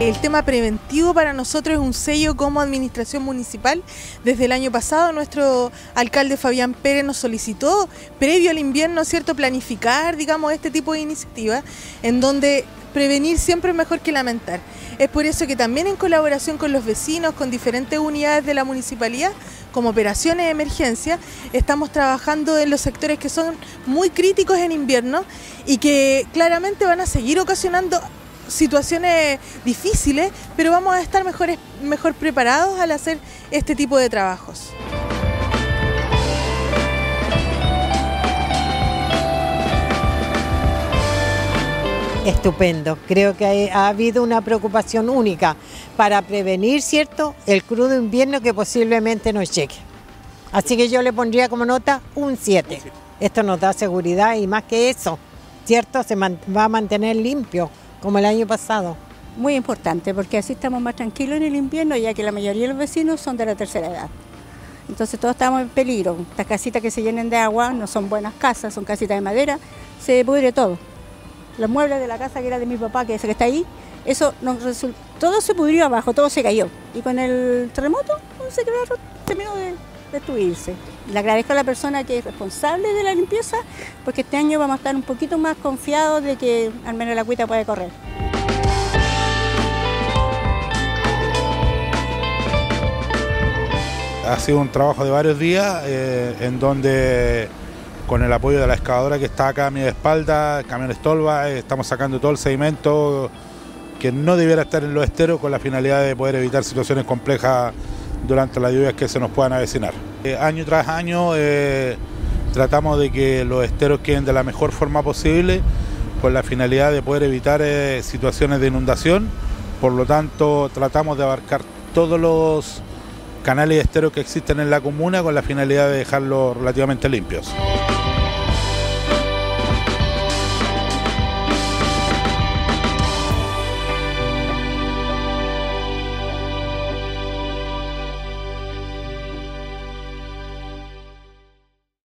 El tema preventivo para nosotros es un sello como administración municipal. Desde el año pasado nuestro alcalde Fabián Pérez nos solicitó, previo al invierno, ¿cierto?, planificar, digamos, este tipo de iniciativas en donde prevenir siempre es mejor que lamentar. Es por eso que también en colaboración con los vecinos, con diferentes unidades de la municipalidad, como operaciones de emergencia, estamos trabajando en los sectores que son muy críticos en invierno y que claramente van a seguir ocasionando situaciones difíciles, pero vamos a estar mejor preparados al hacer este tipo de trabajos. Estupendo, creo que ha habido una preocupación única para prevenir, ¿cierto?, el crudo invierno que posiblemente nos llegue. Así que yo le pondría como nota un 7. Esto nos da seguridad y más que eso, ¿cierto?, se va a mantener limpio como el año pasado. Muy importante, porque así estamos más tranquilos en el invierno, ya que la mayoría de los vecinos son de la tercera edad. Entonces todos estamos en peligro. Estas casitas que se llenen de agua no son buenas casas, son casitas de madera, se pudre todo. Los muebles de la casa que era de mi papá, que es el que está ahí, eso todo se pudrió abajo, todo se cayó. Y con el terremoto terminó de destruirse. Le agradezco a la persona que es responsable de la limpieza, porque este año vamos a estar un poquito más confiados de que al menos la agüita puede correr. Ha sido un trabajo de varios días en donde, con el apoyo de la excavadora que está acá a mi espalda, el camión Estolva, estamos sacando todo el sedimento que no debiera estar en los esteros, con la finalidad de poder evitar situaciones complejas durante las lluvias que se nos puedan avecinar. Año tras año tratamos de que los esteros queden de la mejor forma posible, con la finalidad de poder evitar situaciones de inundación. Por lo tanto, tratamos de abarcar todos los canales y esteros que existen en la comuna con la finalidad de dejarlos relativamente limpios.